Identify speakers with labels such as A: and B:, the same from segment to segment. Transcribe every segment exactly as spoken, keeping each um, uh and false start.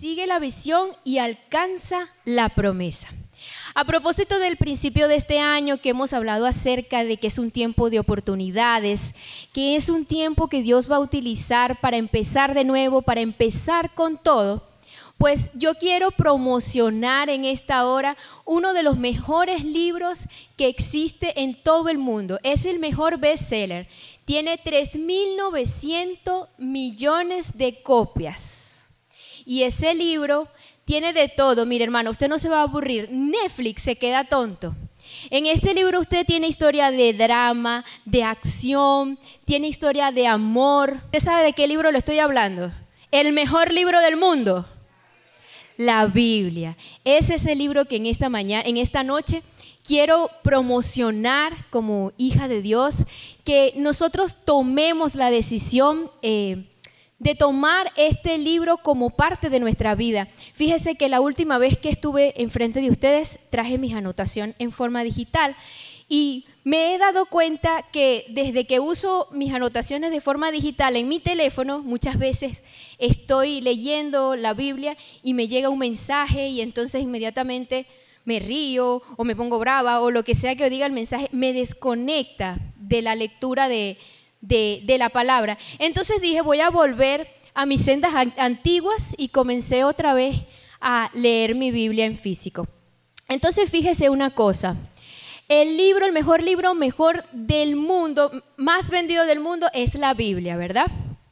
A: sigue la visión y alcanza la promesa. A propósito del principio de este año que hemos hablado acerca de que es un tiempo de oportunidades, que es un tiempo que Dios va a utilizar para empezar de nuevo, para empezar con todo, pues yo quiero promocionar en esta hora uno de los mejores libros que existe en todo el mundo. Es el mejor bestseller. Tiene tres mil novecientos millones de copias. Y ese libro tiene de todo. Mire, hermano, usted no se va a aburrir. Netflix se queda tonto. En este libro usted tiene historia de drama, de acción, tiene historia de amor. ¿Usted sabe de qué libro le estoy hablando? El mejor libro del mundo. La Biblia. Ese es el libro que en esta mañana, en esta noche quiero promocionar como hija de Dios, que nosotros tomemos la decisión eh, de tomar este libro como parte de nuestra vida. Fíjese que la última vez que estuve enfrente de ustedes traje mis anotaciones en forma digital y me he dado cuenta que desde que uso mis anotaciones de forma digital en mi teléfono, muchas veces estoy leyendo la Biblia y me llega un mensaje y entonces inmediatamente me río o me pongo brava o lo que sea que diga el mensaje, me desconecta de la lectura de, de, de la palabra. Entonces dije, voy a volver a mis sendas antiguas y comencé otra vez a leer mi Biblia en físico. Entonces fíjese una cosa. El libro, el mejor libro, mejor del mundo, más vendido del mundo es la Biblia, ¿verdad?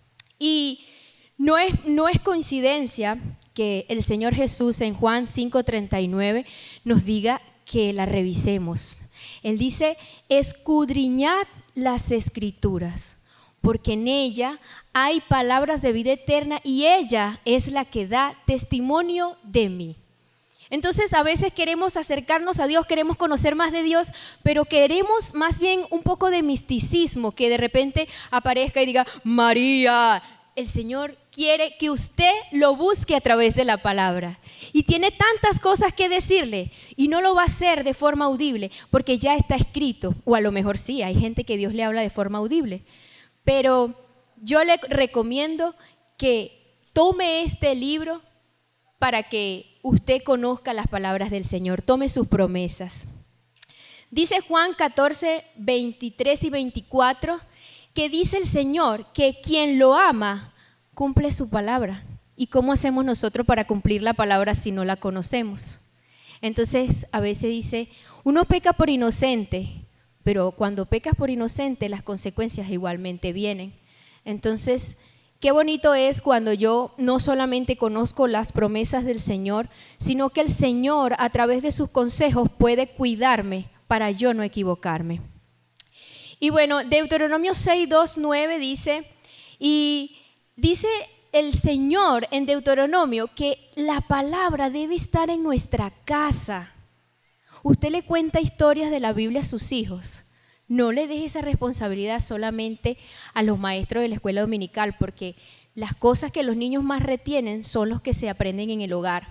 A: Y no es, no es coincidencia que el Señor Jesús en Juan cinco treinta y nueve nos diga que la revisemos. Él dice, escudriñad las Escrituras, porque en ella hay palabras de vida eterna y ella es la que da testimonio de mí. Entonces a veces queremos acercarnos a Dios, queremos conocer más de Dios, pero queremos más bien un poco de misticismo, que de repente aparezca y diga, María. El Señor quiere que usted lo busque a través de la palabra. Y tiene tantas cosas que decirle y no lo va a hacer de forma audible, porque ya está escrito. O a lo mejor sí, hay gente que Dios le habla de forma audible. Pero yo le recomiendo que tome este libro para que usted conozca las palabras del Señor, tome sus promesas. Dice Juan catorce, veintitrés y veinticuatro, que dice el Señor que quien lo ama cumple su palabra. ¿Y cómo hacemos nosotros para cumplir la palabra si no la conocemos? Entonces a veces dice, uno peca por inocente, pero cuando pecas por inocente las consecuencias igualmente vienen. Entonces, qué bonito es cuando yo no solamente conozco las promesas del Señor, sino que el Señor a través de sus consejos puede cuidarme para yo no equivocarme. Y bueno, Deuteronomio seis, dos, nueve dice, y dice el Señor en Deuteronomio que la palabra debe estar en nuestra casa. Usted le cuenta historias de la Biblia a sus hijos. No le deje esa responsabilidad solamente a los maestros de la escuela dominical, porque las cosas que los niños más retienen son los que se aprenden en el hogar.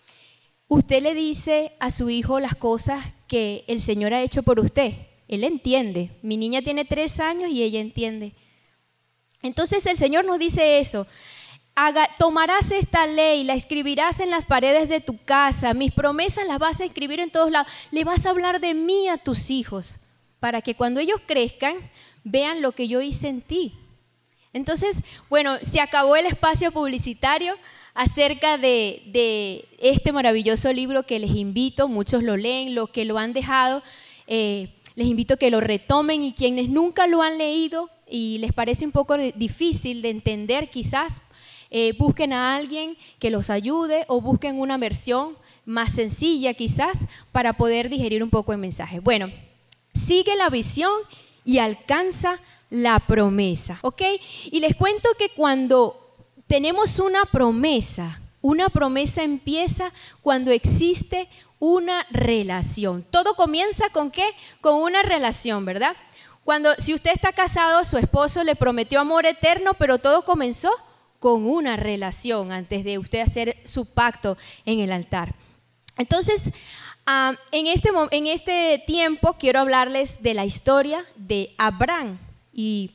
A: Usted le dice a su hijo las cosas que el Señor ha hecho por usted. Él entiende. Mi niña tiene tres años y ella entiende. Entonces el Señor nos dice eso. Haga, tomarás esta ley, la escribirás en las paredes de tu casa. Mis promesas las vas a escribir en todos lados. Le vas a hablar de mí a tus hijos, para que cuando ellos crezcan vean lo que yo hice en ti. Entonces, bueno, se acabó el espacio publicitario acerca de, de este maravilloso libro que les invito, muchos lo leen, los que lo han dejado, eh, les invito a que lo retomen, y quienes nunca lo han leído y les parece un poco difícil de entender quizás, eh, busquen a alguien que los ayude o busquen una versión más sencilla quizás para poder digerir un poco el mensaje. Bueno, sigue la visión y alcanza la promesa, ¿ok? Y les cuento que cuando tenemos una promesa, una promesa empieza cuando existe una relación. Todo comienza ¿con qué? Con una relación, ¿verdad? Cuando, si usted está casado, su esposo le prometió amor eterno, pero todo comenzó con una relación antes de usted hacer su pacto en el altar. Entonces, Uh, en, este, en este tiempo quiero hablarles de la historia de Abraham. Y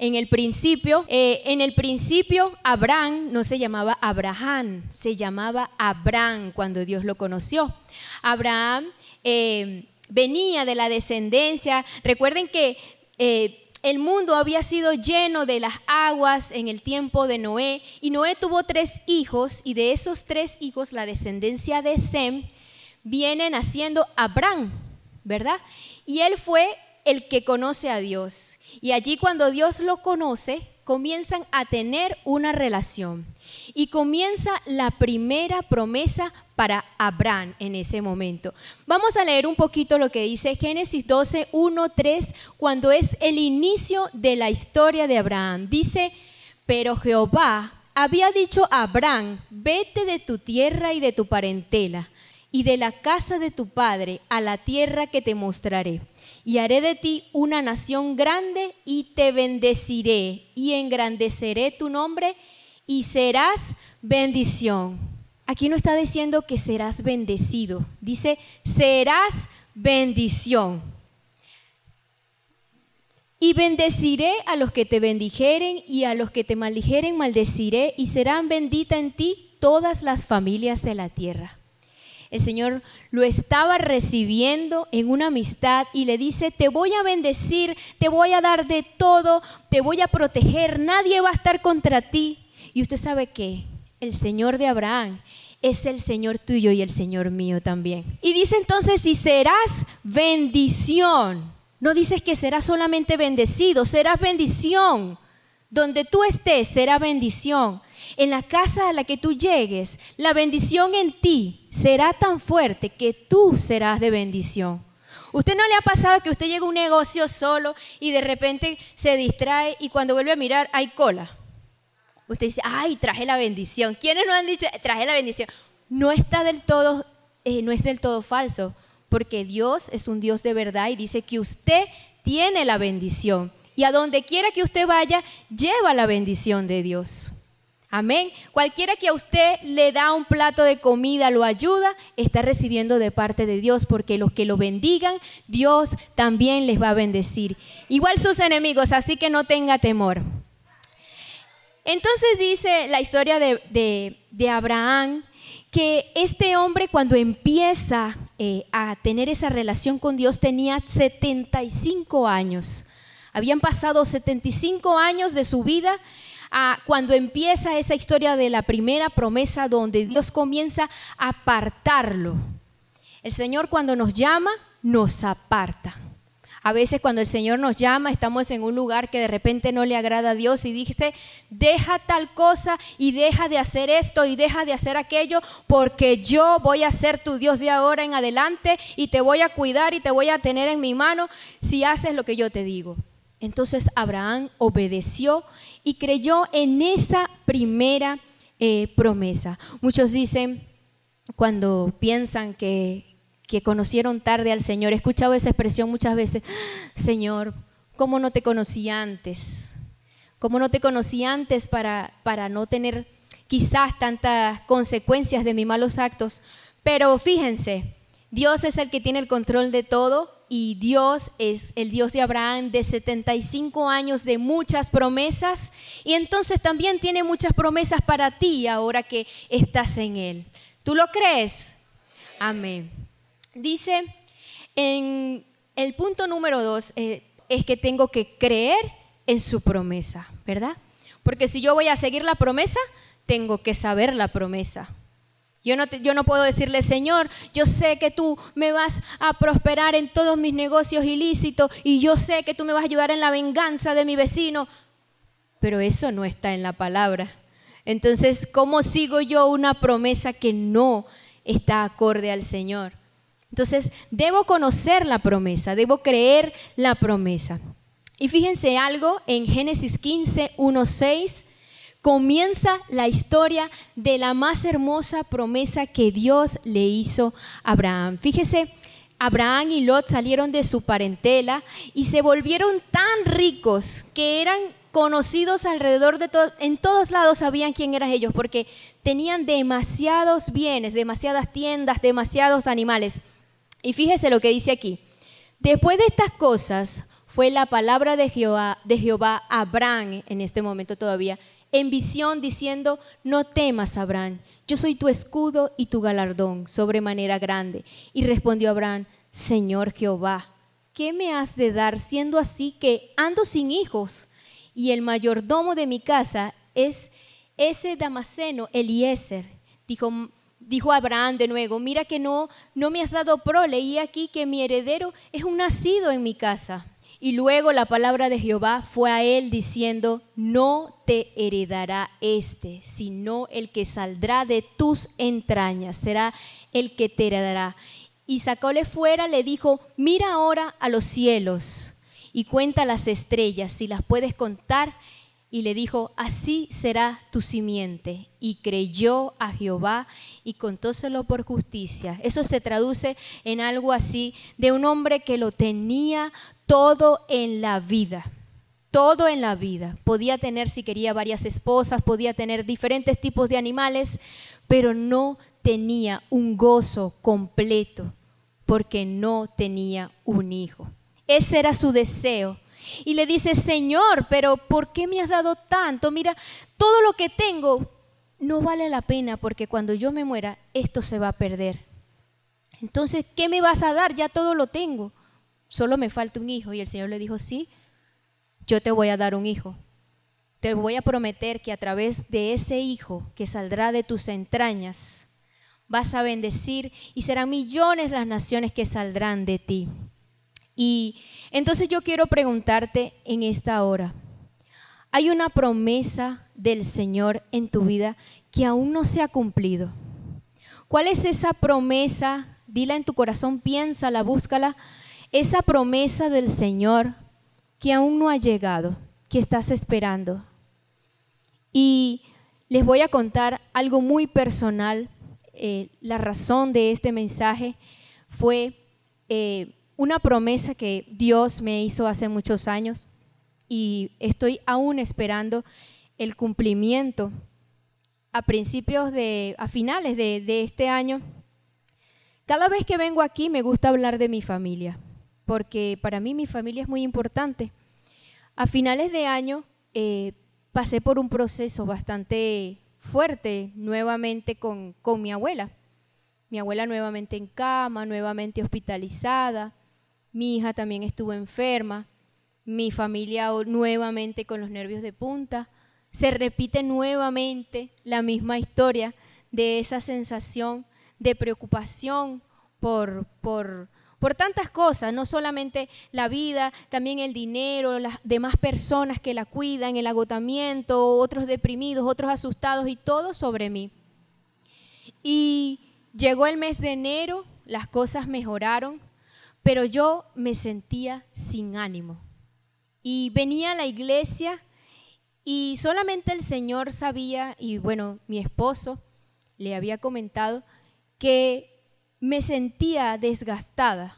A: en el principio, eh, en el principio Abraham no se llamaba Abraham, se llamaba Abram cuando Dios lo conoció. Abraham eh, venía de la descendencia. Recuerden que eh, el mundo había sido lleno de las aguas en el tiempo de Noé, y Noé tuvo tres hijos, y de esos tres hijos la descendencia de Sem viene naciendo Abraham, ¿verdad? Y él fue el que conoce a Dios, y allí cuando Dios lo conoce comienzan a tener una relación y comienza la primera promesa para Abraham en ese momento. Vamos a leer un poquito lo que dice Génesis doce, uno, tres, cuando es el inicio de la historia de Abraham. Dice: pero Jehová había dicho a Abraham: vete de tu tierra y de tu parentela y de la casa de tu padre a la tierra que te mostraré, y haré de ti una nación grande y te bendeciré y engrandeceré tu nombre y serás bendición. Aquí no está diciendo que serás bendecido, dice serás bendición. Y bendeciré a los que te bendijeren, y a los que te maldijeren maldeciré, y serán benditas en ti todas las familias de la tierra. El Señor lo estaba recibiendo en una amistad y le dice: te voy a bendecir, te voy a dar de todo, te voy a proteger, nadie va a estar contra ti. Y usted sabe que el Señor de Abraham es el Señor tuyo y el Señor mío también. Y dice entonces: y serás bendición. No dices que serás solamente bendecido, serás bendición. Donde tú estés será bendición. En la casa a la que tú llegues, la bendición en ti será tan fuerte que tú serás de bendición. ¿Usted no le ha pasado que usted llega a un negocio solo y de repente se distrae y cuando vuelve a mirar hay cola? Usted dice: ay, traje la bendición. ¿Quiénes no han dicho traje la bendición? No está del todo, eh, no es del todo falso, porque Dios es un Dios de verdad y dice que usted tiene la bendición. Y a donde quiera que usted vaya, lleva la bendición de Dios. Amén. Cualquiera que a usted le da un plato de comida, lo ayuda, está recibiendo de parte de Dios, porque los que lo bendigan, Dios también les va a bendecir. Igual sus enemigos, así que no tenga temor. Entonces dice la historia de, de, de Abraham, que este hombre cuando empieza eh, a tener esa relación con Dios tenía setenta y cinco años. Habían pasado setenta y cinco años de su vida a cuando empieza esa historia de la primera promesa donde Dios comienza a apartarlo. El Señor cuando nos llama, nos aparta. A veces cuando el Señor nos llama, estamos en un lugar que de repente no le agrada a Dios y dice: deja tal cosa y deja de hacer esto y deja de hacer aquello, porque yo voy a ser tu Dios de ahora en adelante y te voy a cuidar y te voy a tener en mi mano si haces lo que yo te digo. Entonces Abraham obedeció y creyó en esa primera eh, promesa. Muchos dicen, cuando piensan que que conocieron tarde al Señor, he escuchado esa expresión muchas veces: Señor, ¿cómo no te conocí antes? ¿Cómo no te conocí antes para, para no tener quizás tantas consecuencias de mis malos actos? Pero fíjense, Dios es el que tiene el control de todo, y Dios es el Dios de Abraham de setenta y cinco años, de muchas promesas, y entonces también tiene muchas promesas para ti ahora que estás en Él. ¿Tú lo crees? Amén. Dice en el punto número dos, eh, es que tengo que creer en su promesa, ¿verdad? Porque si yo voy a seguir la promesa, tengo que saber la promesa. Yo no, te, yo no puedo decirle: Señor, yo sé que tú me vas a prosperar en todos mis negocios ilícitos y yo sé que tú me vas a ayudar en la venganza de mi vecino, pero eso no está en la palabra. Entonces, ¿cómo sigo yo una promesa que no está acorde al Señor? Entonces, debo conocer la promesa, debo creer la promesa. Y fíjense algo, en Génesis quince, uno, seis, comienza la historia de la más hermosa promesa que Dios le hizo a Abraham. Fíjese, Abraham y Lot salieron de su parentela y se volvieron tan ricos que eran conocidos alrededor de todo, en todos lados sabían quién eran ellos, porque tenían demasiados bienes, demasiadas tiendas, demasiados animales. Y fíjese lo que dice aquí: después de estas cosas fue la palabra de Jehová, de Jehová a Abraham, en este momento todavía, en visión diciendo: no temas, Abraham, yo soy tu escudo y tu galardón sobremanera grande. Y respondió Abraham: Señor Jehová, ¿qué me has de dar siendo así que ando sin hijos? Y el mayordomo de mi casa es ese Damaseno, Eliezer. Dijo, dijo Abraham de nuevo: mira que no, no me has dado prole, y aquí que mi heredero es un nacido en mi casa. Y luego la palabra de Jehová fue a él diciendo: no te heredará este, sino el que saldrá de tus entrañas, será el que te heredará. Y sacóle fuera, le dijo: mira ahora a los cielos y cuenta las estrellas, si las puedes contar. Y le dijo: así será tu simiente. Y creyó a Jehová y contóselo por justicia. Eso se traduce en algo así de un hombre que lo tenía todo en la vida. Todo en la vida. Podía tener, si quería, varias esposas, podía tener diferentes tipos de animales, pero no tenía un gozo completo porque no tenía un hijo. Ese era su deseo. Y le dice: Señor, pero ¿por qué me has dado tanto? Mira, todo lo que tengo no vale la pena, porque cuando yo me muera, esto se va a perder. Entonces, ¿qué me vas a dar? Ya todo lo tengo. Solo me falta un hijo. Y el Señor le dijo: sí, yo te voy a dar un hijo. Te voy a prometer que a través de ese hijo que saldrá de tus entrañas, vas a bendecir, y serán millones las naciones que saldrán de ti. Y entonces yo quiero preguntarte en esta hora: ¿hay una promesa del Señor en tu vida que aún no se ha cumplido? ¿Cuál es esa promesa? Dila en tu corazón, piénsala, búscala. Esa promesa del Señor que aún no ha llegado, que estás esperando. Y les voy a contar algo muy personal. Eh, la razón de este mensaje fue eh, una promesa que Dios me hizo hace muchos años, y estoy aún esperando el cumplimiento. A principios de, a finales de, de este año, cada vez que vengo aquí me gusta hablar de mi familia, porque para mí mi familia es muy importante. A finales de año eh, pasé por un proceso bastante fuerte nuevamente con, con mi abuela. Mi abuela nuevamente en cama, nuevamente hospitalizada. Mi hija también estuvo enferma. Mi familia nuevamente con los nervios de punta. Se repite nuevamente la misma historia de esa sensación de preocupación por, por, por tantas cosas, no solamente la vida, también el dinero, las demás personas que la cuidan, el agotamiento, otros deprimidos, otros asustados, y todo sobre mí. Y llegó el mes de enero, las cosas mejoraron, pero yo me sentía sin ánimo. Y venía a la iglesia y solamente el Señor sabía, y bueno, mi esposo le había comentado que me sentía desgastada.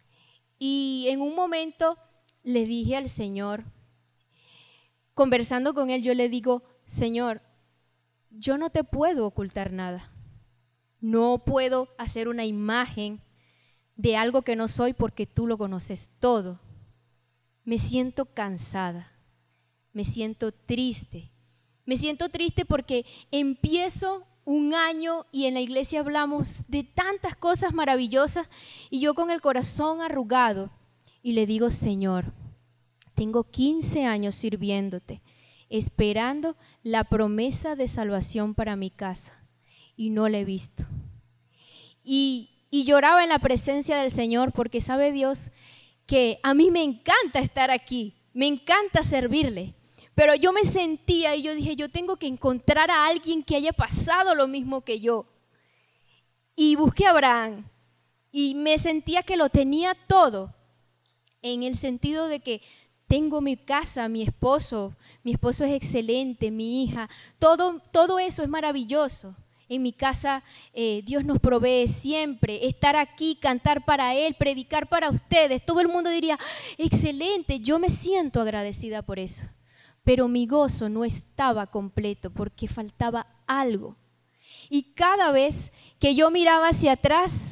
A: Y en un momento le dije al Señor, conversando con Él, yo le digo: Señor, yo no te puedo ocultar nada. No puedo hacer una imagen de algo que no soy, porque tú lo conoces todo. Me siento cansada, me siento triste. Me siento triste porque empiezo un año y en la iglesia hablamos de tantas cosas maravillosas, y yo con el corazón arrugado, y le digo: Señor, tengo quince años sirviéndote, esperando la promesa de salvación para mi casa, y no la he visto. Y, y lloraba en la presencia del Señor, porque sabe Dios que a mí me encanta estar aquí, me encanta servirle. Pero yo me sentía y yo dije: yo tengo que encontrar a alguien que haya pasado lo mismo que yo. Y busqué a Abraham y me sentía que lo tenía todo, en el sentido de que tengo mi casa, mi esposo, mi esposo es excelente, mi hija, todo, todo eso es maravilloso. En mi casa eh, Dios nos provee siempre. Estar aquí, cantar para Él, predicar para ustedes, todo el mundo diría: excelente, yo me siento agradecida por eso. Pero mi gozo no estaba completo porque faltaba algo. Y cada vez que yo miraba hacia atrás,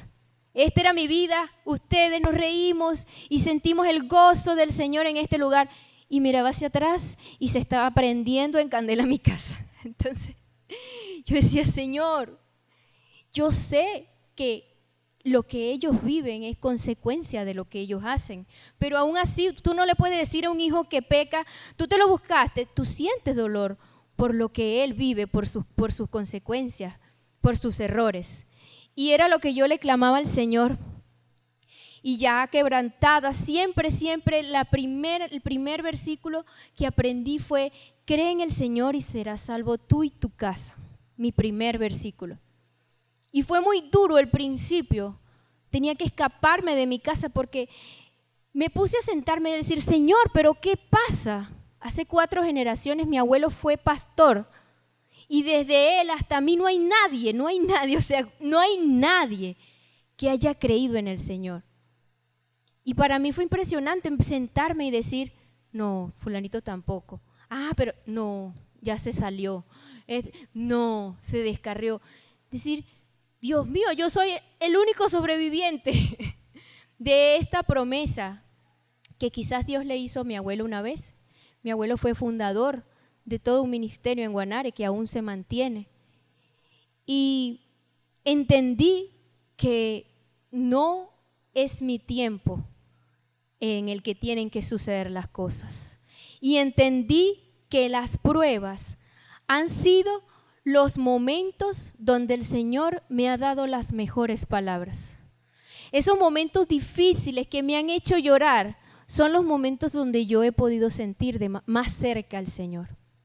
A: Esta era mi vida, ustedes nos reímos y sentimos el gozo del Señor en este lugar. Y miraba hacia atrás y se estaba prendiendo en candela mi casa. Entonces yo decía, Señor, yo sé que lo que ellos viven es consecuencia de lo que ellos hacen, pero aún así tú no le puedes decir a un hijo que peca, tú te lo buscaste, tú sientes dolor por lo que él vive, por sus, por sus consecuencias, por sus errores. Y era lo que yo le clamaba al Señor. Y ya quebrantada, siempre, siempre la primer, el primer versículo que aprendí fue, cree en el Señor y serás salvo tú y tu casa. Mi primer versículo. Y fue muy duro el principio. Tenía que escaparme de mi casa porque me puse a sentarme y decir, Señor, ¿pero qué pasa? Hace cuatro generaciones mi abuelo fue pastor. Y desde él hasta mí no hay nadie, no hay nadie, o sea, no hay nadie que haya creído en el Señor. Y para mí fue impresionante sentarme y decir, no, fulanito tampoco. Ah, pero no, ya se salió. Eh, no, se descarrió. Decir, Dios mío, yo soy el único sobreviviente de esta promesa que quizás Dios le hizo a mi abuelo una vez. Mi abuelo fue fundador de todo un ministerio en Guanare que aún se mantiene. Y entendí que no es mi tiempo en el que tienen que suceder las cosas. Y entendí que las pruebas han sido los momentos donde el Señor me ha dado las mejores palabras. Esos momentos difíciles que me han hecho llorar son los momentos donde yo he podido sentir de más cerca al Señor.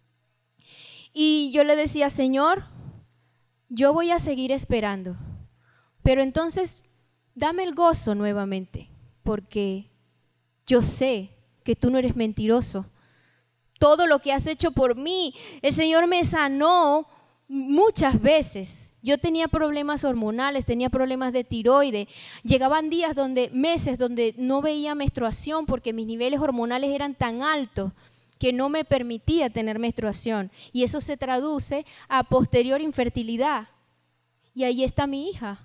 A: Y yo le decía, Señor, yo voy a seguir esperando, pero entonces dame el gozo nuevamente, porque yo sé que tú no eres mentiroso. Todo lo que has hecho por mí, el Señor me sanó muchas veces. Yo tenía problemas hormonales, tenía problemas de tiroides. Llegaban días donde, meses donde no veía menstruación porque mis niveles hormonales eran tan altos que no me permitía tener menstruación. Y eso se traduce a posterior infertilidad. Y ahí está mi hija.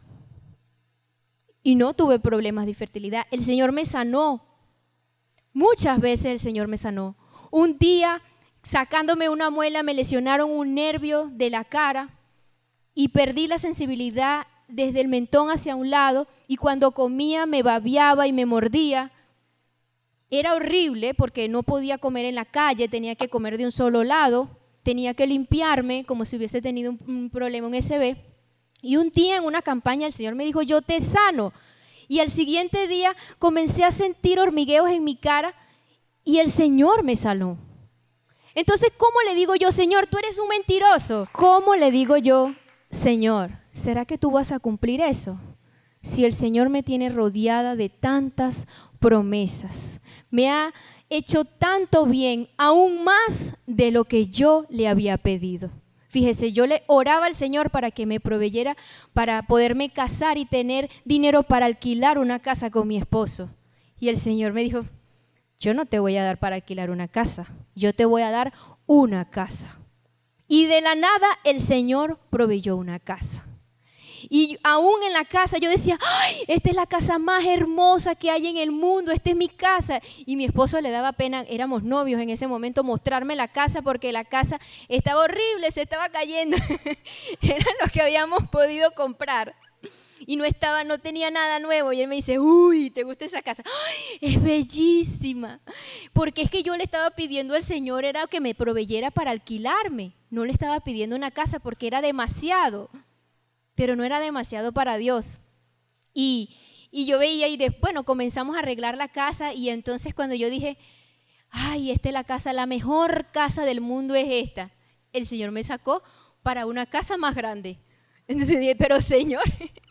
A: Y no tuve problemas de infertilidad. El Señor me sanó. Muchas veces el Señor me sanó. Un día, sacándome una muela, me lesionaron un nervio de la cara y perdí la sensibilidad desde el mentón hacia un lado, y cuando comía me babeaba y me mordía. Era horrible porque no podía comer en la calle, tenía que comer de un solo lado, tenía que limpiarme como si hubiese tenido un, un problema en S B. Y un día en una campaña el Señor me dijo, yo te sano. Y al siguiente día comencé a sentir hormigueos en mi cara y el Señor me sanó. Entonces, ¿cómo le digo yo, Señor, tú eres un mentiroso? ¿Cómo le digo yo, Señor, ¿será que tú vas a cumplir eso? Si el Señor me tiene rodeada de tantas promesas, me ha hecho tanto bien, aún más de lo que yo le había pedido. Fíjese, yo le oraba al Señor para que me proveyera para poderme casar y tener dinero para alquilar una casa con mi esposo. Y el Señor me dijo, yo no te voy a dar para alquilar una casa, yo te voy a dar una casa. Y de la nada el Señor proveyó una casa. Y aún en la casa yo decía, ¡ay! Esta es la casa más hermosa que hay en el mundo, esta es mi casa. Y mi esposo le daba pena, éramos novios en ese momento, mostrarme la casa porque la casa estaba horrible, se estaba cayendo. Era lo que habíamos podido comprar. Y no estaba, no tenía nada nuevo. Y él me dice, uy, ¿te gusta esa casa? ¡Ay! Es bellísima. Porque es que yo le estaba pidiendo al Señor era que me proveyera para alquilarme. No le estaba pidiendo una casa porque era demasiado. Pero no era demasiado para Dios. Y, y yo veía y de, bueno, comenzamos a arreglar la casa y entonces cuando yo dije, ay, esta es la casa, la mejor casa del mundo es esta, el Señor me sacó para una casa más grande. Entonces dije, pero Señor,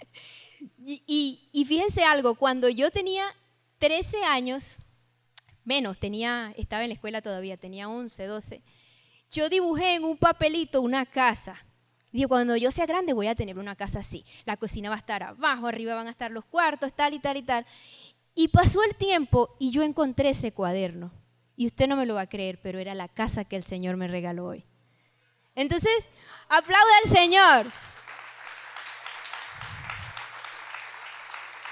A: y, y, y fíjense algo, cuando yo tenía trece años, menos, tenía, estaba en la escuela todavía, tenía once, doce, yo dibujé en un papelito una casa. Dije, cuando yo sea grande voy a tener una casa así. La cocina va a estar abajo, arriba van a estar los cuartos, tal y tal y tal. Y pasó el tiempo y yo encontré ese cuaderno. Y usted no me lo va a creer, pero era la casa que el Señor me regaló hoy. Entonces, aplauda al Señor.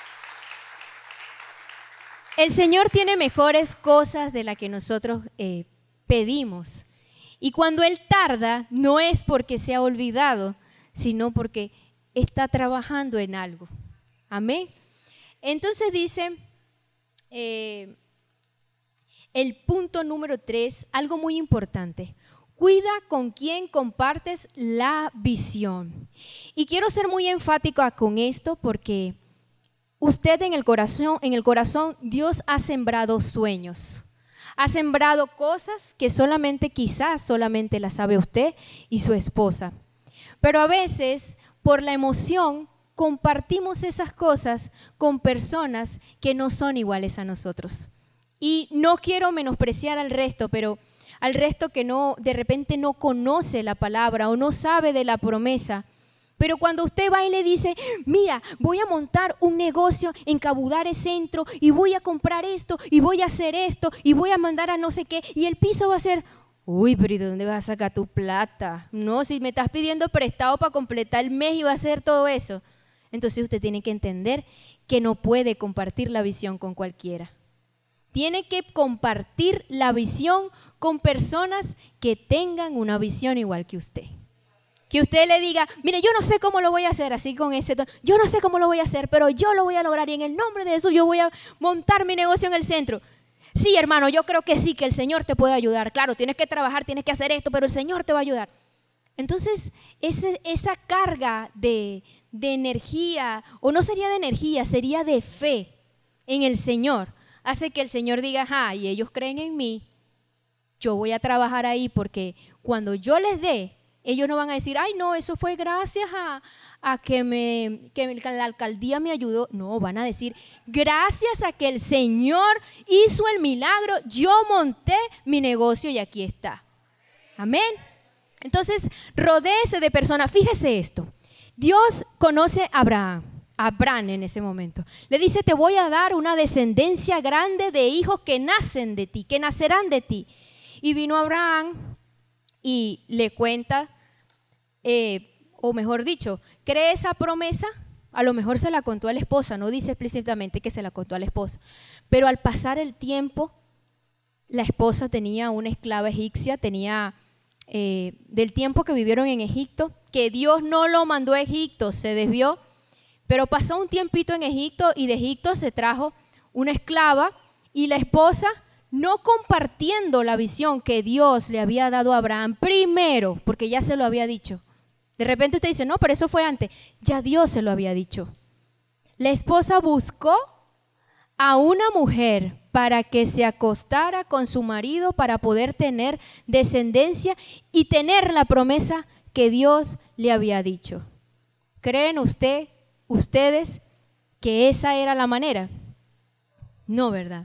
A: El Señor tiene mejores cosas de las que nosotros eh, pedimos. Y cuando Él tarda, no es porque se ha olvidado, sino porque está trabajando en algo. Amén. Entonces dice eh, el punto número tres, algo muy importante. Cuida con quién compartes la visión. Y quiero ser muy enfática con esto porque usted en el corazón, en el corazón, Dios ha sembrado sueños. Ha sembrado cosas que solamente, quizás solamente las sabe usted y su esposa. Pero a veces, por la emoción, compartimos esas cosas con personas que no son iguales a nosotros. Y no quiero menospreciar al resto, pero al resto que no, de repente no conoce la palabra o no sabe de la promesa. Pero cuando usted va y le dice, mira, voy a montar un negocio en Cabudare Centro y voy a comprar esto y voy a hacer esto y voy a mandar a no sé qué y el piso va a ser, uy, pero ¿y de dónde vas a sacar tu plata? No, si me estás pidiendo prestado para completar el mes y va a hacer todo eso. Entonces usted tiene que entender que no puede compartir la visión con cualquiera. Tiene que compartir la visión con personas que tengan una visión igual que usted. Que usted le diga, mire, yo no sé cómo lo voy a hacer, así con ese tono, yo no sé cómo lo voy a hacer, pero yo lo voy a lograr y en el nombre de Jesús yo voy a montar mi negocio en el centro. Sí, hermano, yo creo que sí, que el Señor te puede ayudar. Claro, tienes que trabajar, tienes que hacer esto, pero el Señor te va a ayudar. Entonces, ese, esa carga de, de energía, o no sería de energía, sería de fe en el Señor, hace que el Señor diga, ah, y ellos creen en mí, yo voy a trabajar ahí porque cuando yo les dé, ellos no van a decir, ay, no, eso fue gracias a, a que, me, que la alcaldía me ayudó. No, van a decir, gracias a que el Señor hizo el milagro, yo monté mi negocio y aquí está. Amén. Entonces, rodéese de personas. Fíjese esto. Dios conoce a Abraham, a Abraham en ese momento. Le dice, te voy a dar una descendencia grande de hijos que nacen de ti, que nacerán de ti. Y vino Abraham y le cuenta, eh, o mejor dicho, cree esa promesa, a lo mejor se la contó a la esposa, no dice explícitamente que se la contó a la esposa, pero al pasar el tiempo, la esposa tenía una esclava egipcia, tenía eh, del tiempo que vivieron en Egipto, que Dios no lo mandó a Egipto, se desvió, pero pasó un tiempito en Egipto y de Egipto se trajo una esclava y la esposa, no compartiendo la visión que Dios le había dado a Abraham primero, porque ya se lo había dicho. De repente usted dice, no, pero eso fue antes. Ya Dios se lo había dicho. La esposa buscó a una mujer para que se acostara con su marido para poder tener descendencia y tener la promesa que Dios le había dicho. ¿Creen usted, ustedes que esa era la manera? No, ¿verdad?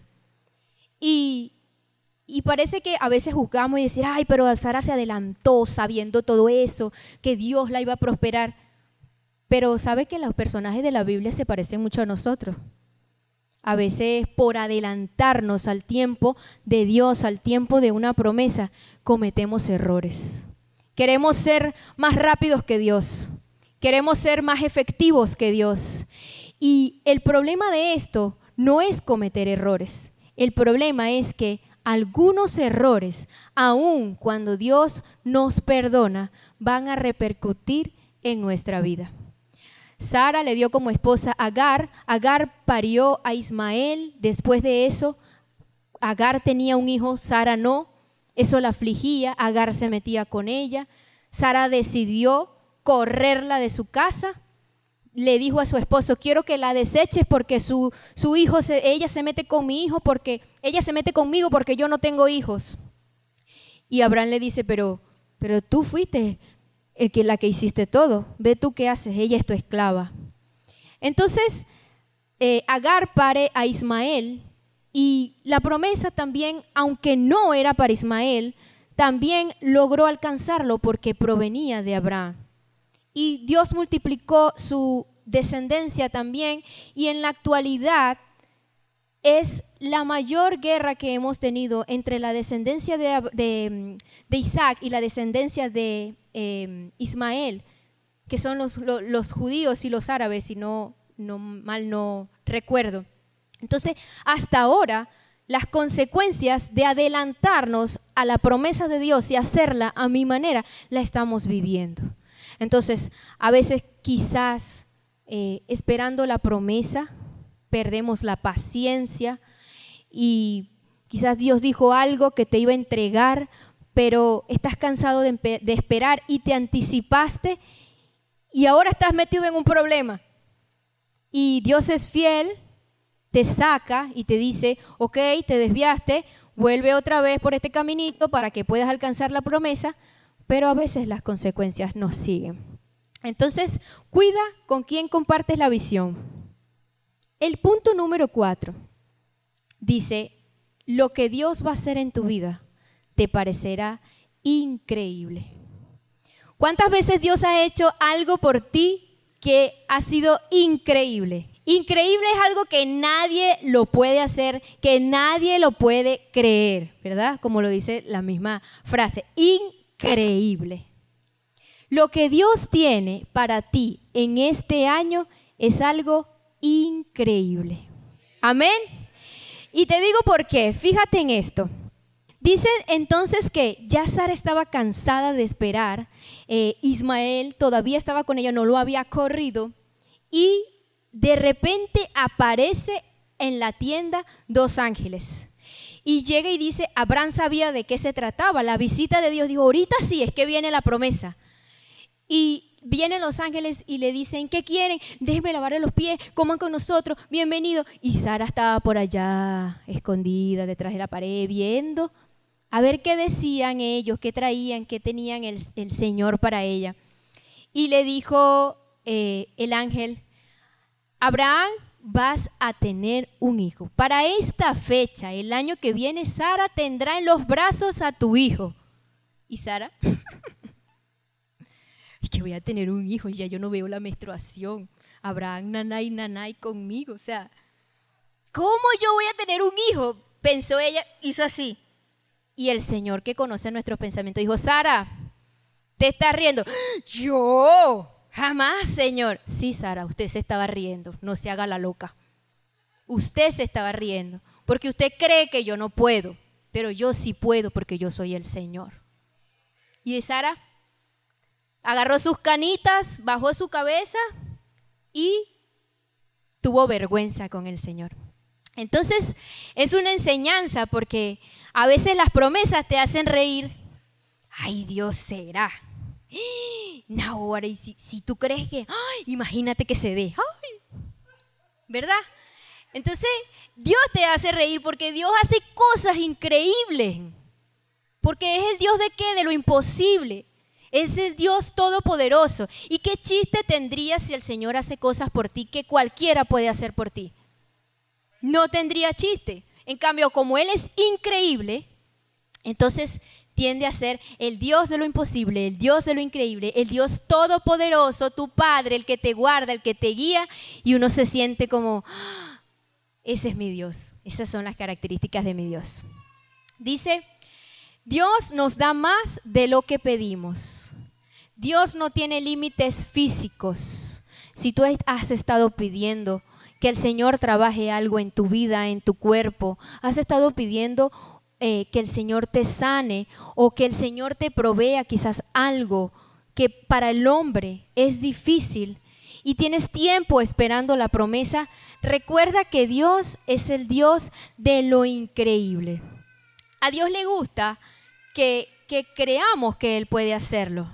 A: Y, y parece que a veces juzgamos y decir, ay, pero Sara se adelantó sabiendo todo eso, que Dios la iba a prosperar. Pero ¿sabe que los personajes de la Biblia se parecen mucho a nosotros? A veces por adelantarnos al tiempo de Dios, al tiempo de una promesa, cometemos errores. Queremos ser más rápidos que Dios, queremos ser más efectivos que Dios. Y el problema de esto no es cometer errores. El problema es que algunos errores, aun cuando Dios nos perdona, van a repercutir en nuestra vida. Sara le dio como esposa a Agar, Agar parió a Ismael, después de eso Agar tenía un hijo, Sara no, eso la afligía, Agar se metía con ella, Sara decidió correrla de su casa. Le dijo a su esposo, quiero que la deseches porque su, su hijo, se, ella se mete con mi hijo porque, ella se mete conmigo porque yo no tengo hijos. Y Abraham le dice, pero, pero tú fuiste el que, la que hiciste todo, ve tú qué haces, ella es tu esclava. Entonces, eh, Agar pare a Ismael y la promesa también, aunque no era para Ismael, también logró alcanzarlo porque provenía de Abraham. Y Dios multiplicó su descendencia también y en la actualidad es la mayor guerra que hemos tenido entre la descendencia de, de, de Isaac y la descendencia de eh, Ismael, que son los, los, los judíos y los árabes, si no, no mal no recuerdo. Entonces, hasta ahora, las consecuencias de adelantarnos a la promesa de Dios y hacerla a mi manera, la estamos viviendo. Entonces, a veces quizás eh, esperando la promesa, perdemos la paciencia y quizás Dios dijo algo que te iba a entregar, pero estás cansado de, de esperar y te anticipaste y ahora estás metido en un problema. Y Dios es fiel, te saca y te dice, ok, te desviaste, vuelve otra vez por este caminito para que puedas alcanzar la promesa, pero a veces las consecuencias nos siguen. Entonces, cuida con quién compartes la visión. El punto número cuatro dice, lo que Dios va a hacer en tu vida te parecerá increíble. ¿Cuántas veces Dios ha hecho algo por ti que ha sido increíble? Increíble es algo que nadie lo puede hacer, que nadie lo puede creer, ¿verdad? Como lo dice la misma frase, increíble. Lo que Dios tiene para ti en este año es algo increíble. Amén. Y te digo por qué, fíjate en esto. Dice entonces que ya Sara estaba cansada de esperar, eh, Ismael todavía estaba con ella, no lo había corrido y de repente aparece en la tienda dos ángeles y llega y dice, Abraham sabía de qué se trataba, la visita de Dios, dijo, ahorita sí, es que viene la promesa. Y vienen los ángeles y le dicen, ¿qué quieren? Déjenme lavarle los pies, coman con nosotros, bienvenido. Y Sara estaba por allá, escondida detrás de la pared, viendo a ver qué decían ellos, qué traían, qué tenían el, el Señor para ella. Y le dijo eh, el ángel, Abraham, vas a tener un hijo. Para esta fecha, el año que viene, Sara tendrá en los brazos a tu hijo. ¿Y Sara? Es que voy a tener un hijo y ya yo no veo la menstruación. Abraham, nanay, nanay conmigo. O sea, ¿cómo yo voy a tener un hijo? Pensó ella, hizo así. Y el Señor que conoce nuestros pensamientos dijo, Sara, ¿te estás riendo? ¿Yo? Jamás, Señor. Sí, Sara, usted se estaba riendo, no se haga la loca. Usted se estaba riendo porque usted cree que yo no puedo, pero yo sí puedo porque yo soy el Señor. Y Sara agarró sus canitas, bajó su cabeza y tuvo vergüenza con el Señor. Entonces, es una enseñanza porque a veces las promesas te hacen reír. Ay, Dios será. No, ahora, y si, si tú crees que, ay, imagínate que se dé, ay, ¿verdad? Entonces, Dios te hace reír porque Dios hace cosas increíbles. Porque es el Dios de qué? De lo imposible. Es el Dios todopoderoso. ¿Y qué chiste tendría si el Señor hace cosas por ti que cualquiera puede hacer por ti? No tendría chiste. En cambio, como Él es increíble, entonces tiende a ser el Dios de lo imposible, el Dios de lo increíble, el Dios todopoderoso, tu Padre, el que te guarda, el que te guía, y uno se siente como, ¡ah! Ese es mi Dios. Esas son las características de mi Dios. Dice, Dios nos da más de lo que pedimos. Dios no tiene límites físicos. Si tú has estado pidiendo que el Señor trabaje algo en tu vida, en tu cuerpo, has estado pidiendo eh, que el Señor te sane o que el Señor te provea quizás algo que para el hombre es difícil y tienes tiempo esperando la promesa, recuerda que Dios es el Dios de lo increíble. A Dios le gusta que, que creamos que Él puede hacerlo.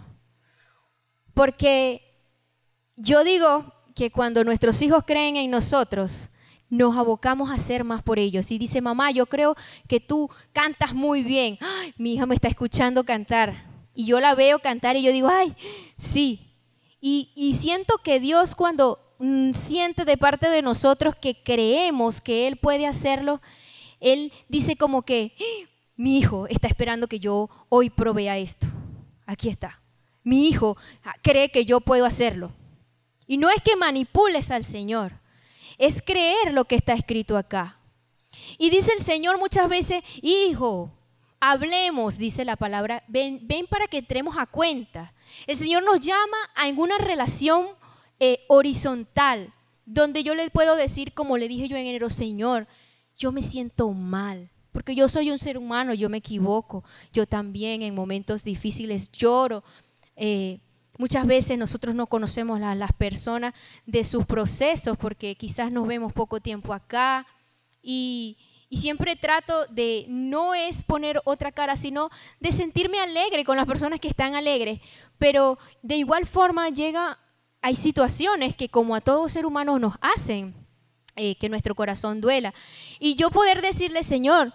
A: Porque yo digo que cuando nuestros hijos creen en nosotros, nos abocamos a hacer más por ellos. Y dice, mamá, yo creo que tú cantas muy bien. Ay, mi hija me está escuchando cantar. Y yo la veo cantar y yo digo, ay, sí. Y, y siento que Dios cuando mm, siente de parte de nosotros que creemos que Él puede hacerlo, Él dice como que, mi hijo está esperando que yo hoy provea esto. Aquí está. Mi hijo cree que yo puedo hacerlo. Y no es que manipules al Señor, es creer lo que está escrito acá. Y dice el Señor muchas veces, hijo, hablemos, dice la palabra, ven, ven para que entremos a cuenta. El Señor nos llama a una relación eh, horizontal, donde yo le puedo decir, como le dije yo en enero, Señor, yo me siento mal, porque yo soy un ser humano, yo me equivoco, yo también en momentos difíciles lloro. Eh, muchas veces nosotros no conocemos a las personas de sus procesos, porque quizás nos vemos poco tiempo acá, y, y siempre trato de no es poner otra cara, sino de sentirme alegre con las personas que están alegres, pero de igual forma llega, hay situaciones que como a todo ser humano nos hacen eh, que nuestro corazón duela. Y yo poder decirle, Señor,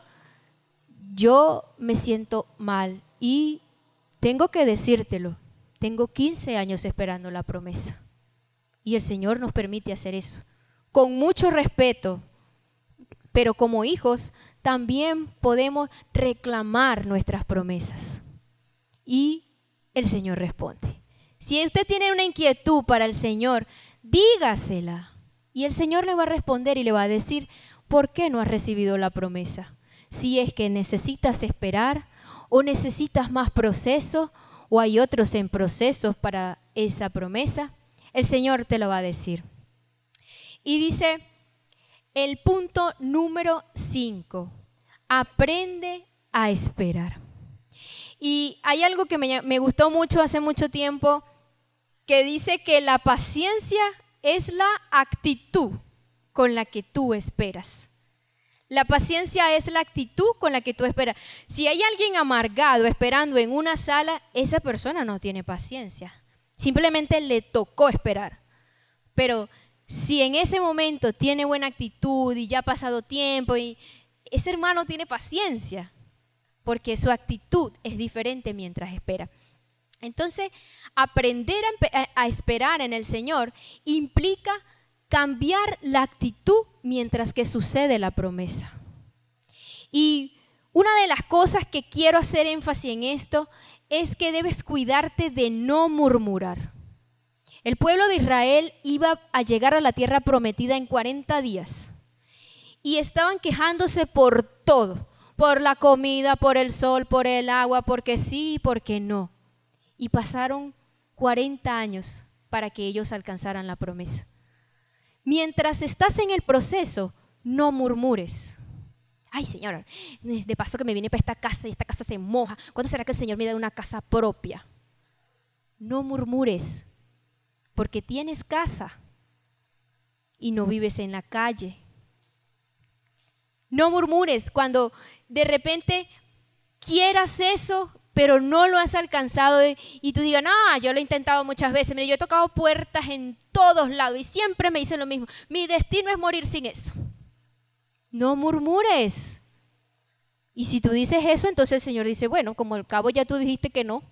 A: yo me siento mal y tengo que decírtelo. Tengo quince años esperando la promesa. Y el Señor nos permite hacer eso. Con mucho respeto, pero como hijos también podemos reclamar nuestras promesas. Y el Señor responde. Si usted tiene una inquietud para el Señor, dígasela. Y el Señor le va a responder y le va a decir, ¿por qué no has recibido la promesa? Si es que necesitas esperar o necesitas más proceso o hay otros en procesos para esa promesa, el Señor te lo va a decir. Y dice el punto número cinco, aprende a esperar. Y hay algo que me, me gustó mucho hace mucho tiempo, que dice que la paciencia es la actitud con la que tú esperas. La paciencia es la actitud con la que tú esperas. Si hay alguien amargado esperando en una sala, esa persona no tiene paciencia. Simplemente le tocó esperar. Pero si en ese momento tiene buena actitud y ya ha pasado tiempo, y ese hermano tiene paciencia, porque su actitud es diferente mientras espera. Entonces, aprender a, a esperar en el Señor implica cambiar la actitud mientras que sucede la promesa. Y una de las cosas que quiero hacer énfasis en esto es que debes cuidarte de no murmurar. El pueblo de Israel iba a llegar a la tierra prometida en cuarenta días y estaban quejándose por todo, por la comida, por el sol, por el agua, porque sí, porque no. Y pasaron cuarenta años para que ellos alcanzaran la promesa. Mientras estás en el proceso, no murmures. Ay, Señor, de paso que me vine para esta casa y esta casa se moja. ¿Cuándo será que el Señor me da una casa propia? No murmures, porque tienes casa y no vives en la calle. No murmures cuando de repente quieras eso, pero no lo has alcanzado y tú digas, no, yo lo he intentado muchas veces, mire, yo he tocado puertas en todos lados y siempre me dicen lo mismo, mi destino es morir sin eso. No murmures. Y si tú dices eso, entonces el Señor dice, bueno, como al cabo ya tú dijiste que no,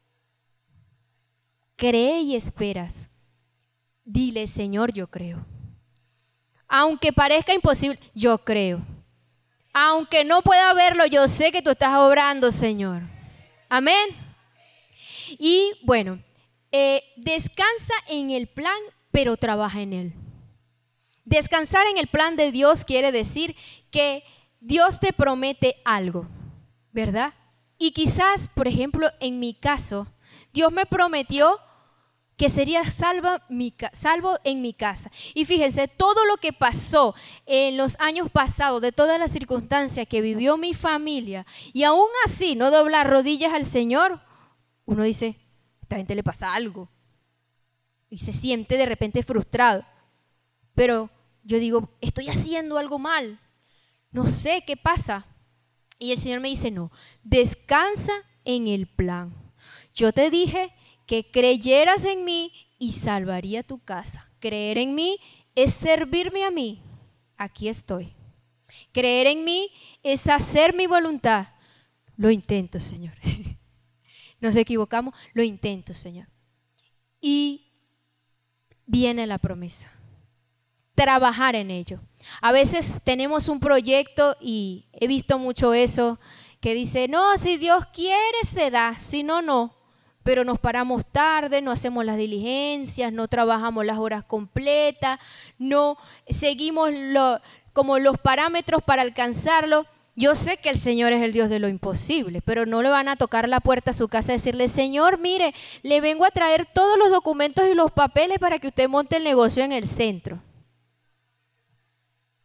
A: cree y esperas. Dile, Señor, yo creo. Aunque parezca imposible, yo creo. Aunque no pueda verlo, yo sé que tú estás obrando, Señor. Amén. Y bueno, eh, descansa en el plan, pero trabaja en él. Descansar en el plan de Dios quiere decir que Dios te promete algo, ¿verdad? Y quizás, por ejemplo, en mi caso, Dios me prometió que sería salvo, mi, salvo en mi casa. Y fíjense, todo lo que pasó en los años pasados, de todas las circunstancias que vivió mi familia, y aún así no doblar rodillas al Señor, uno dice, a esta gente le pasa algo. Y se siente de repente frustrado. Pero yo digo, estoy haciendo algo mal. No sé qué pasa. Y el Señor me dice, no, descansa en el plan. Yo te dije que creyeras en mí y salvaría tu casa. Creer en mí es servirme a mí. Aquí estoy. Creer en mí es hacer mi voluntad. Lo intento, Señor. Nos equivocamos, lo intento, Señor. Y viene la promesa. Trabajar en ello. A veces tenemos un proyecto y he visto mucho eso que dice, no, si Dios quiere se da, si no, no. Pero nos paramos tarde, no hacemos las diligencias, no trabajamos las horas completas, no seguimos lo, como los parámetros para alcanzarlo. Yo sé que el Señor es el Dios de lo imposible, pero no le van a tocar la puerta a su casa y decirle, Señor, mire, le vengo a traer todos los documentos y los papeles para que usted monte el negocio en el centro.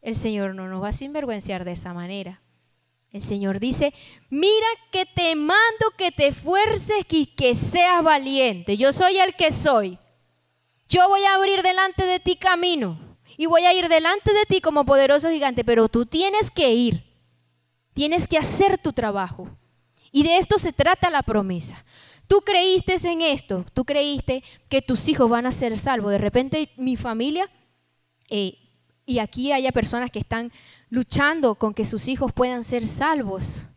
A: el Señor no nos va a sinvergüenciar de esa manera. El Señor dice, mira que te mando que te esfuerces y que seas valiente. Yo soy el que soy. Yo voy a abrir delante de ti camino y voy a ir delante de ti como poderoso gigante, pero tú tienes que ir. Tienes que hacer tu trabajo. Y de esto se trata la promesa. Tú creíste en esto, tú creíste que tus hijos van a ser salvos. De repente mi familia, eh, y aquí haya personas que están luchando con que sus hijos puedan ser salvos.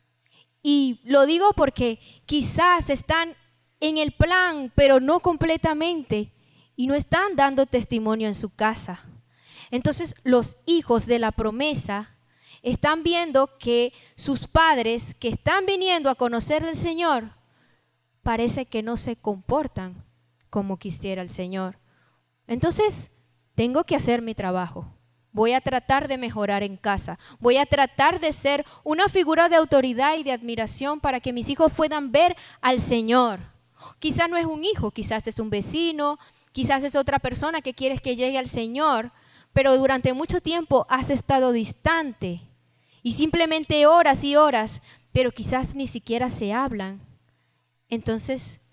A: Y lo digo porque quizás están en el plan, pero no completamente, y no están dando testimonio en su casa. Entonces los hijos de la promesa están viendo que sus padres que están viniendo a conocer al Señor, parece que no se comportan como quisiera el Señor. Entonces, tengo que hacer mi trabajo. Voy a tratar de mejorar en casa. Voy a tratar de ser una figura de autoridad y de admiración para que mis hijos puedan ver al Señor. Quizás no es un hijo, quizás es un vecino, quizás es otra persona que quieres que llegue al Señor, pero durante mucho tiempo has estado distante y simplemente horas y horas, pero quizás ni siquiera se hablan. Entonces,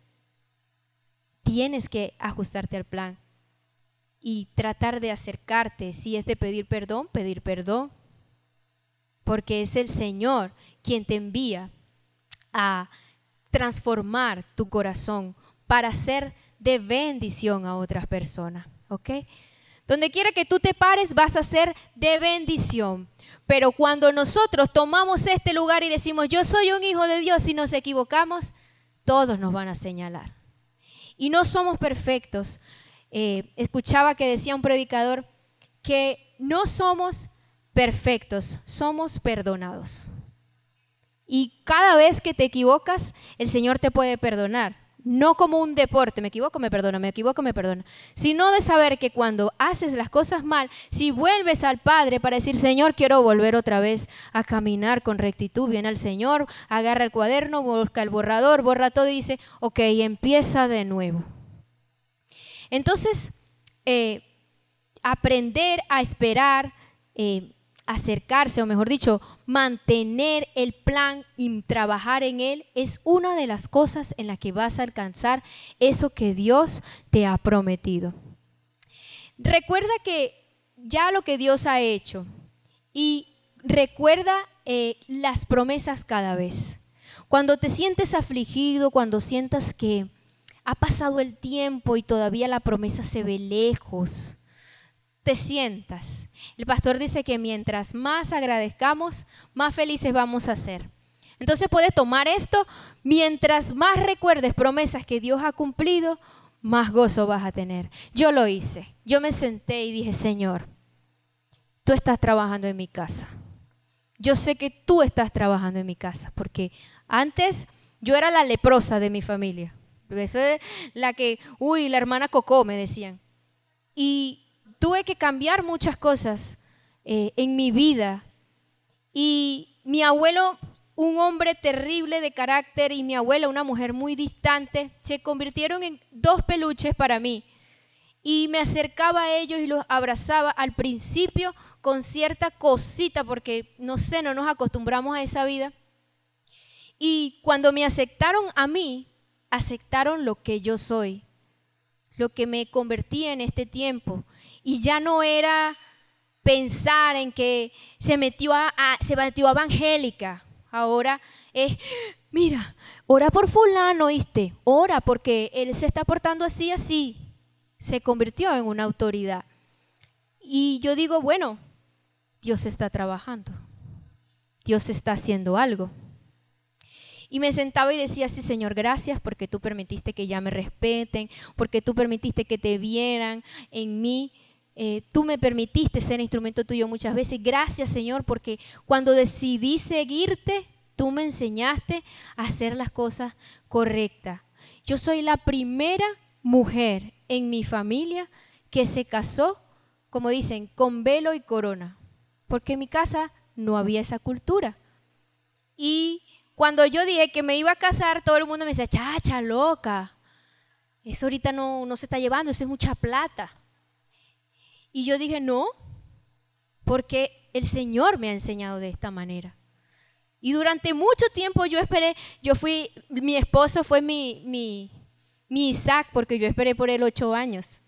A: tienes que ajustarte al plan y tratar de acercarte. Si es de pedir perdón, pedir perdón, porque es el Señor quien te envía a transformar tu corazón para ser de bendición a otras personas, ¿ok? Donde quiera que tú te pares vas a ser de bendición. Pero cuando nosotros tomamos este lugar y decimos yo soy un hijo de Dios y nos equivocamos, todos nos van a señalar. Y no somos perfectos. Eh, escuchaba que decía un predicador que no somos perfectos, somos perdonados. Y cada vez que te equivocas, el Señor te puede perdonar. No como un deporte, me equivoco, me perdona, me equivoco, me perdona. Sino de saber que cuando haces las cosas mal, si vuelves al Padre para decir, Señor, quiero volver otra vez a caminar con rectitud, viene al Señor, agarra el cuaderno, busca el borrador, borra todo y dice, ok, empieza de nuevo. Entonces, eh, aprender a esperar, eh, acercarse, o mejor dicho, mantener el plan y trabajar en él es una de las cosas en las que vas a alcanzar eso que Dios te ha prometido. Recuerda que ya lo que Dios ha hecho y recuerda eh, las promesas cada vez. Cuando te sientes afligido, cuando sientas que ha pasado el tiempo y todavía la promesa se ve lejos, te sientas. El pastor dice que mientras más agradezcamos, más felices vamos a ser. Entonces puedes tomar esto, mientras más recuerdes promesas que Dios ha cumplido, más gozo vas a tener. Yo lo hice, yo me senté y dije, Señor, tú estás trabajando en mi casa. Yo sé que tú estás trabajando en mi casa, porque antes yo era la leprosa de mi familia. Eso es la que, uy, la hermana Cocó me decían. Y tuve que cambiar muchas cosas eh, en mi vida. Y mi abuelo, un hombre terrible de carácter, y mi abuela, una mujer muy distante, se convirtieron en dos peluches para mí. Y me acercaba a ellos y los abrazaba al principio con cierta cosita, porque no sé, no nos acostumbramos a esa vida. Y cuando me aceptaron a mí, aceptaron lo que yo soy, lo que me convertí en este tiempo. Y ya no era pensar en que se metió a, a, se metió a evangélica. Ahora es, mira, ora por fulano, ¿oíste? Ora porque él se está portando así, así. Se convirtió en una autoridad. Y yo digo, bueno, Dios está trabajando. Dios está haciendo algo. Y me sentaba y decía, sí, Señor, gracias porque tú permitiste que ya me respeten, porque tú permitiste que te vieran en mí. Eh, tú me permitiste ser instrumento tuyo muchas veces. Gracias, Señor, porque cuando decidí seguirte, tú me enseñaste a hacer las cosas correctas. Yo soy la primera mujer en mi familia que se casó, como dicen, con velo y corona, porque en mi casa no había esa cultura. Y cuando yo dije que me iba a casar, todo el mundo me decía, chacha, loca, eso ahorita no, no se está llevando, eso es mucha plata. Y yo dije, no, porque el Señor me ha enseñado de esta manera. Y durante mucho tiempo yo esperé, yo fui, mi esposo fue mi, mi, mi Isaac, porque yo esperé por él ocho años.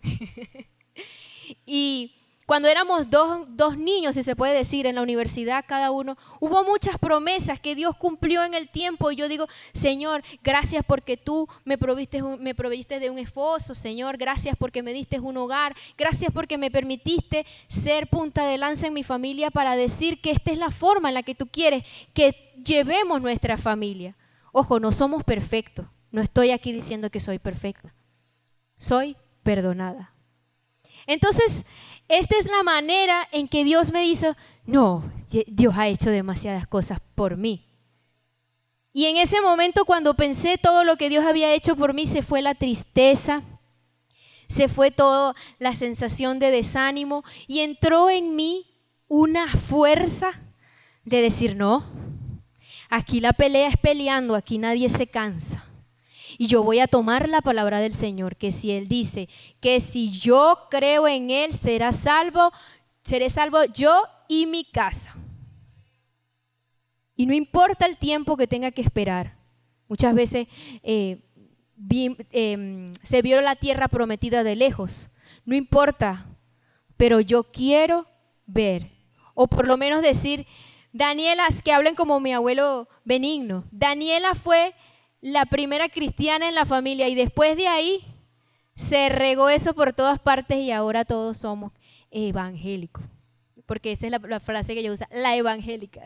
A: Y cuando éramos dos, dos niños, si se puede decir, en la universidad cada uno, hubo muchas promesas que Dios cumplió en el tiempo. Y yo digo, Señor, gracias porque tú me proviste, me proviste de un esposo, Señor, gracias porque me diste un hogar, gracias porque me permitiste ser punta de lanza en mi familia para decir que esta es la forma en la que tú quieres que llevemos nuestra familia. Ojo, no somos perfectos, no estoy aquí diciendo que soy perfecta, soy perdonada. Entonces, esta es la manera en que Dios me dice, no, Dios ha hecho demasiadas cosas por mí. Y en ese momento cuando pensé todo lo que Dios había hecho por mí, se fue la tristeza, se fue toda la sensación de desánimo y entró en mí una fuerza de decir, no, aquí la pelea es peleando, aquí nadie se cansa. Y yo voy a tomar la palabra del Señor, que si Él dice que si yo creo en Él, será salvo, seré salvo yo y mi casa. Y no importa el tiempo que tenga que esperar. Muchas veces eh, vi, eh, se vio la tierra prometida de lejos. No importa, pero yo quiero ver. O por lo menos decir, Daniela, que hablen como mi abuelo Benigno. Daniela fue la primera cristiana en la familia y después de ahí se regó eso por todas partes y ahora todos somos evangélicos, porque esa es la, la frase que yo uso, la evangélica.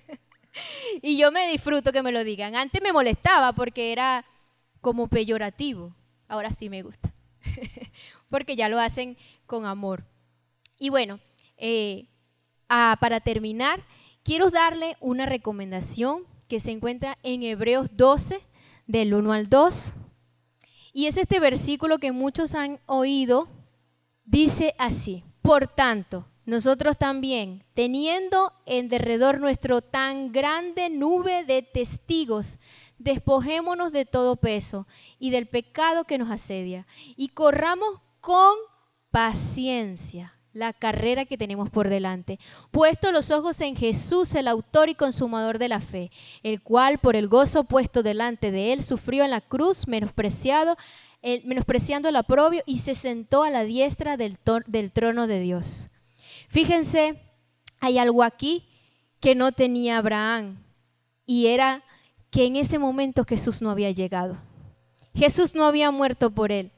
A: Y yo me disfruto que me lo digan. Antes me molestaba porque era como peyorativo, ahora sí me gusta porque ya lo hacen con amor. Y bueno, eh, ah, para terminar, quiero darle una recomendación que se encuentra en Hebreos doce, del uno al dos, y es este versículo que muchos han oído. Dice así: por tanto, nosotros también, teniendo en derredor nuestro tan grande nube de testigos, despojémonos de todo peso y del pecado que nos asedia, y corramos con paciencia la carrera que tenemos por delante, puesto los ojos en Jesús, el autor y consumador de la fe, el cual por el gozo puesto delante de él sufrió en la cruz, menospreciado, el, menospreciando el oprobio, y se sentó a la diestra del, tor- del trono de Dios. Fíjense, hay algo aquí que no tenía Abraham, y era que en ese momento Jesús no había llegado. Jesús no había muerto por él.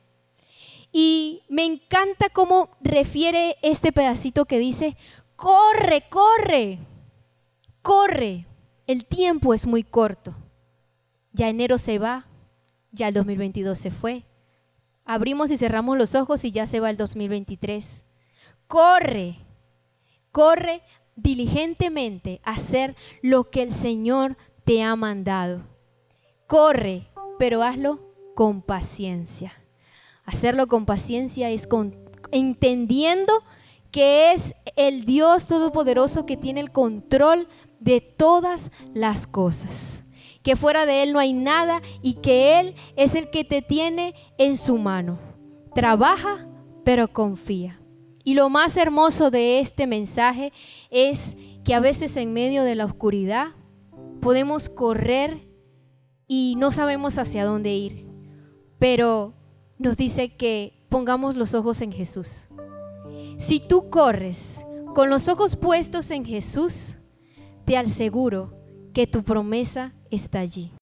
A: Y me encanta cómo refiere este pedacito que dice, corre, corre, corre. El tiempo es muy corto. Ya enero se va, ya el dos mil veintidós se fue. Abrimos y cerramos los ojos y ya se va el dos mil veintitrés. Corre, corre diligentemente a hacer lo que el Señor te ha mandado. Corre, pero hazlo con paciencia. Hacerlo con paciencia es con, entendiendo que es el Dios Todopoderoso que tiene el control de todas las cosas, que fuera de Él no hay nada y que Él es el que te tiene en su mano. Trabaja, pero confía. Y lo más hermoso de este mensaje es que a veces en medio de la oscuridad podemos correr y no sabemos hacia dónde ir, pero nos dice que pongamos los ojos en Jesús. Si tú corres con los ojos puestos en Jesús, te aseguro que tu promesa está allí.